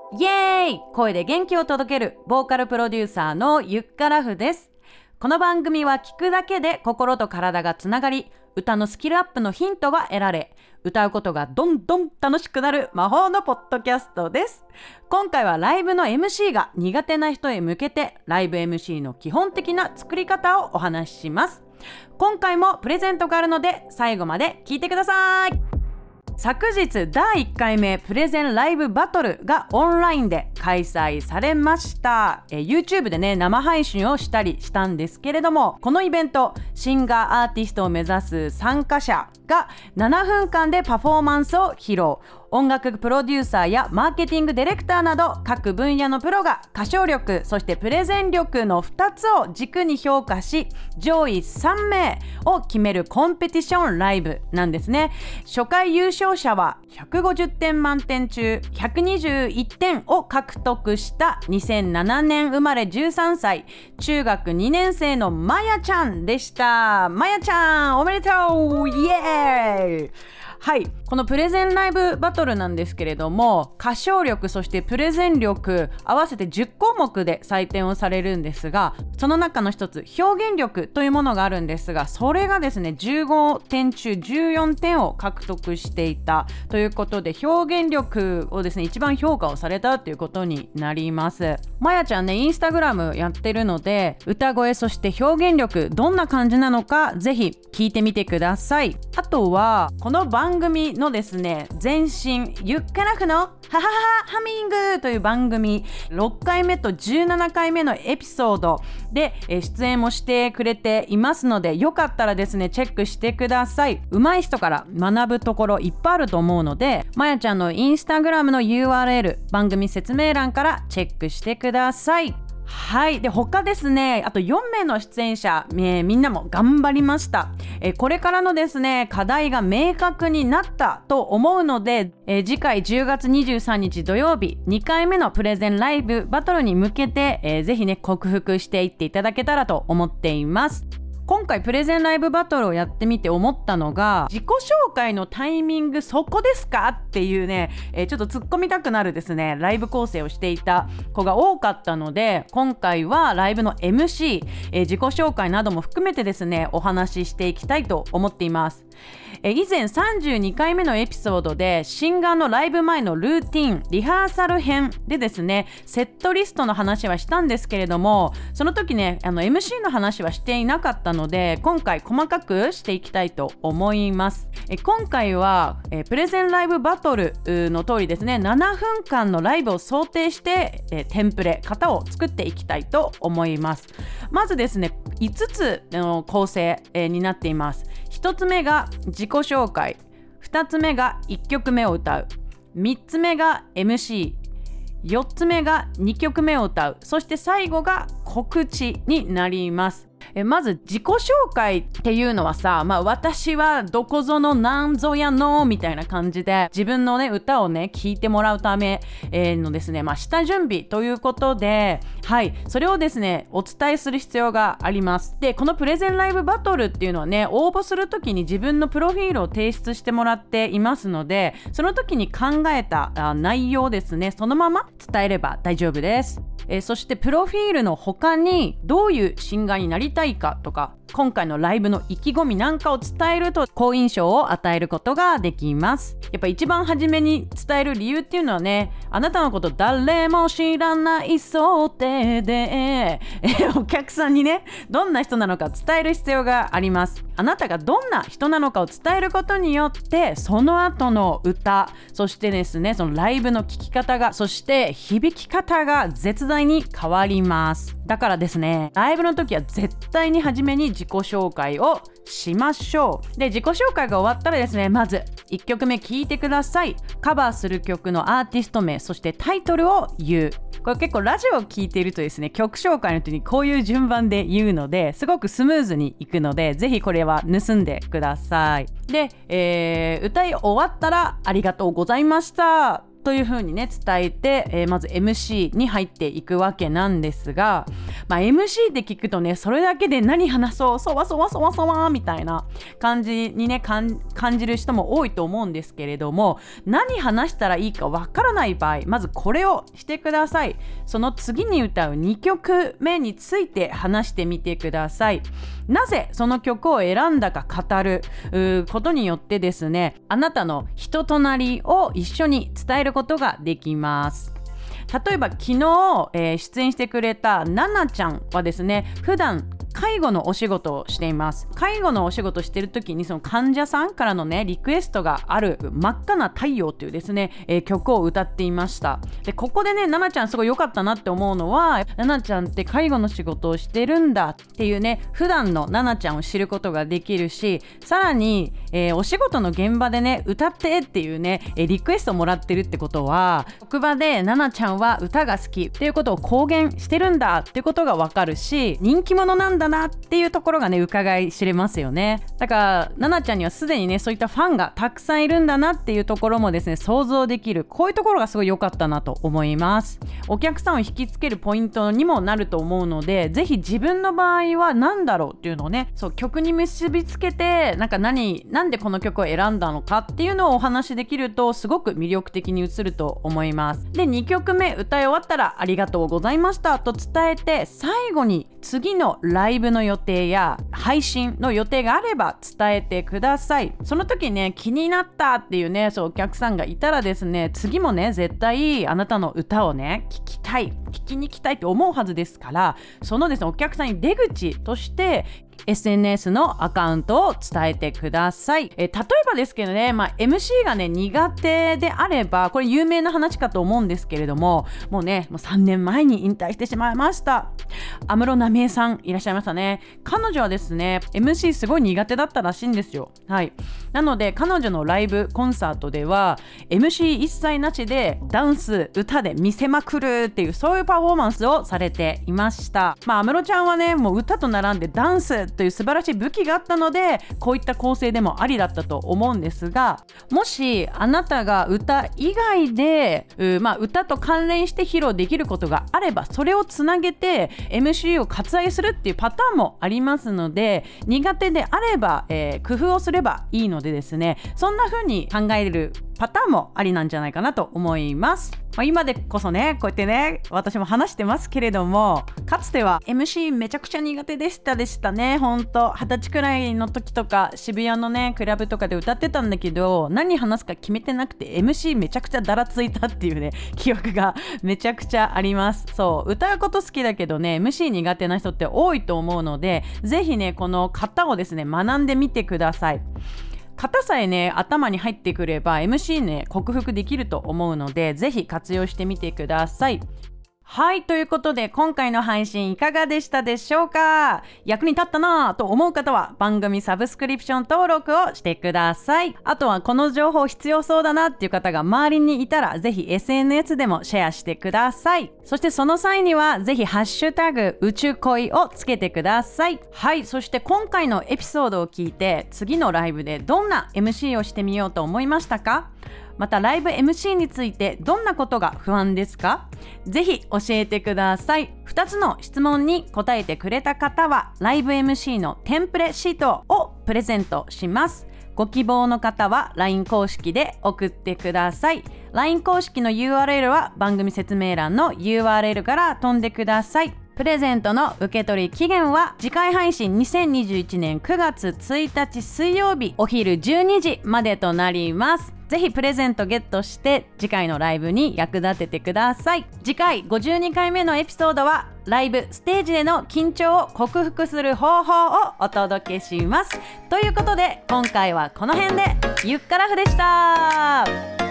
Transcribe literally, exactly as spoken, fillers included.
イエーイ、声で元気を届けるボーカルプロデューサーのゆっからふです。この番組は聞くだけで心と体がつながり、歌のスキルアップのヒントが得られ、歌うことがどんどん楽しくなる魔法のポッドキャストです。今回はライブの エムシー が苦手な人へ向けて、ライブ エムシー の基本的な作り方をお話しします。今回もプレゼントがあるので最後まで聞いてください。昨日だいいっかいめプレゼンライブバトルがオンラインで開催されました。え YouTube でね生配信をしたりしたんですけれども、このイベントシンガーアーティストを目指す参加者がななふんかんでパフォーマンスを披露。音楽プロデューサーやマーケティングディレクターなど各分野のプロが歌唱力そしてプレゼン力のふたつを軸に評価し、上位さんめいを決めるコンペティションライブなんですね。初回優勝者はひゃくごじゅってん満点中ひゃくにじゅういってんを獲得したにせんななねん生まれじゅうさんさい中学にねん生のまやちゃんでした。まやちゃんおめでとう、イエーイ。はい、このプレゼンライブバトルなんですけれども、歌唱力そしてプレゼン力合わせてじゅっこうもくで採点をされるんですが、その中の一つ表現力というものがあるんですが、それがですねじゅうごてん中じゅうよんてんを獲得していたということで、表現力をですね一番評価をされたということになります。まやちゃんねインスタグラムやってるので、歌声そして表現力どんな感じなのかぜひ聞いてみてください。あとはこの番組のですね前身ゆっからふのハハハハミングという番組ろっかいめとじゅうななかいめのエピソードで出演もしてくれていますので、よかったらですねチェックしてください。上手い人から学ぶところいっぱいあると思うので、まやちゃんのインスタグラムの ユーアールエル 番組説明欄からチェックしてください。はい、で他ですねあとよんめいの出演者、えー、みんなも頑張りました。えー、これからのですね課題が明確になったと思うので、えー、次回じゅうがつにじゅうさんにち土曜日にかいめのプレゼンライブバトルに向けて、えー、ぜひね克服していっていただけたらと思っています。今回プレゼンライブバトルをやってみて思ったのが、自己紹介のタイミングそこですかっていうね、えー、ちょっと突っ込みたくなるですねライブ構成をしていた子が多かったので、今回はライブの エムシー、えー、自己紹介なども含めてですねお話ししていきたいと思っています。えー、以前さんじゅうにかいめのエピソードでシンガーのライブ前のルーティンリハーサル編でですねセットリストの話はしたんですけれども、その時ねあの エムシー の話はしていなかったので、今回細かくしていきたいと思います。え今回はえプレゼンライブバトルの通りですねななふんかんのライブを想定してえテンプレ型を作っていきたいと思います。まずですねいつつの構成えになっています。ひとつめが自己紹介、ふたつめがいっきょくめを歌う、みっつめが エムシー、よっつめがにきょくめを歌う、そして最後が告知になります。えまず自己紹介っていうのはさ、まあ、私はどこぞのなんぞやのみたいな感じで自分のね歌をね聞いてもらうため、えー、のですね、まあ、下準備ということで、はいそれをですねお伝えする必要があります。でこのプレゼンライブバトルっていうのはね応募するときに自分のプロフィールを提出してもらっていますので、その時に考えた内容ですねそのまま伝えれば大丈夫です。えー、そしてプロフィールの他にどういうシンガーになりたいかとか、今回のライブの意気込みなんかを伝えると好印象を与えることができます。やっぱ一番初めに伝える理由っていうのはね、あなたのこと誰も知らない想定で、えー、お客さんにねどんな人なのか伝える必要があります。あなたがどんな人なのかを伝えることによってその後の歌、そしてですねそのライブの聴き方が、そして響き方が絶大に変わります。だからですねライブの時は絶対に初めに自己紹介をしましょう。で自己紹介が終わったらですねまずいっきょくめ聴いてください。カバーする曲のアーティスト名そしてタイトルを言う。これ結構ラジオを聴いているとですね曲紹介の時にこういう順番で言うのですごくスムーズにいくので、ぜひこれは盗んでください。で、えー、歌い終わったらありがとうございましたというふうにね伝えて、えー、まず エムシー に入っていくわけなんですが、まあ、エムシー って聞くとねそれだけで何話そうそわそわそわそわみたいな感じにね感じる人も多いと思うんですけれども、何話したらいいかわからない場合、まずこれをしてください。その次に歌うにきょくめについて話してみてください。なぜその曲を選んだか語ることによってですね、あなたの人となりを一緒に伝えることができます。例えば昨日、えー、出演してくれたナナちゃんはですね、普段介護のお仕事をしています。介護のお仕事をしている時にその患者さんからのねリクエストがある真っ赤な太陽というですね、えー、曲を歌っていました。でここでねナナちゃんすごい良かったなって思うのは、ナナちゃんって介護の仕事をしてるんだっていうね普段のナナちゃんを知ることができるし、さらに、えー、お仕事の現場でね歌ってっていうねリクエストをもらってるってことは、職場でナナちゃんは歌が好きっていうことを公言してるんだっていうことがわかるし、人気者なんだなっていうところがね伺い知れますよね。だからナナちゃんにはすでにねそういったファンがたくさんいるんだなっていうところもですね想像できる、こういうところがすごい良かったなと思います。お客さんを引きつけるポイントにもなると思うので、ぜひ自分の場合は何だろうっていうのをね、そう曲に結びつけて、なんか何なんでこの曲を選んだのかっていうのをお話しできるとすごく魅力的に映ると思います。でにきょくめ歌い終わったらありがとうございましたと伝えて、最後に次のライブの予定や配信の予定があれば伝えてください。その時ね気になったっていうねそうお客さんがいたらですね、次もね絶対あなたの歌をね聞きたい聞きに来たいって思うはずですから、そのですねお客さんに出口としてエスエヌエス のアカウントを伝えてください。え例えばですけどね、まあ、エムシー がね苦手であれば、これ有名な話かと思うんですけれども、もうねもうさんねんまえに引退してしまいました安室奈美恵さんいらっしゃいましたね。彼女はですね エムシー すごい苦手だったらしいんですよ。はい。なので彼女のライブコンサートでは エムシー 一切なしでダンス歌で見せまくるっていう、そういうパフォーマンスをされていました。まあ安室ちゃんはねもう歌と並んでダンスという素晴らしい武器があったので、こういった構成でもありだったと思うんですが、もしあなたが歌以外で、まあ、歌と関連して披露できることがあれば、それをつなげて エムシー を割愛するっていうパターンもありますので、苦手であれば、えー、工夫をすればいいのでですね、そんな風に考えるパターンもありなんじゃないかなと思います。まあ、今でこそねこうやってね私も話してますけれども、かつては エムシー めちゃくちゃ苦手でしたでしたね。ほんとはたちくらいの時とか渋谷のねクラブとかで歌ってたんだけど、何話すか決めてなくて エムシー めちゃくちゃだらついたっていうね記憶がめちゃくちゃあります。そう歌うこと好きだけどね エムシー 苦手な人って多いと思うので、ぜひねこの型をですね学んでみてください。型さえね頭に入ってくれば エムシー ね克服できると思うので、ぜひ活用してみてください。はい、ということで今回の配信いかがでしたでしょうか。役に立ったなぁと思う方は番組サブスクリプション登録をしてください。あとはこの情報必要そうだなっていう方が周りにいたら、ぜひ エスエヌエス でもシェアしてください。そしてその際にはぜひハッシュタグ宇宙恋をつけてください。はい、そして今回のエピソードを聞いて次のライブでどんな エムシー をしてみようと思いましたか。またライブ エムシー についてどんなことが不安ですか。ぜひ教えてください。ふたつの質問に答えてくれた方はライブ エムシー のテンプレシートをプレゼントします。ご希望の方は ライン 公式で送ってください。 ライン 公式の ユーアールエル は番組説明欄の ユーアールエル から飛んでください。プレゼントの受け取り期限は次回配信にせんにじゅういちねんくがつついたち水曜日お昼じゅうにじまでとなります。ぜひプレゼントゲットして次回のライブに役立ててください。次回ごじゅうにかいめのエピソードはライブステージでの緊張を克服する方法をお届けします。ということで今回はこの辺でゆっからふでした。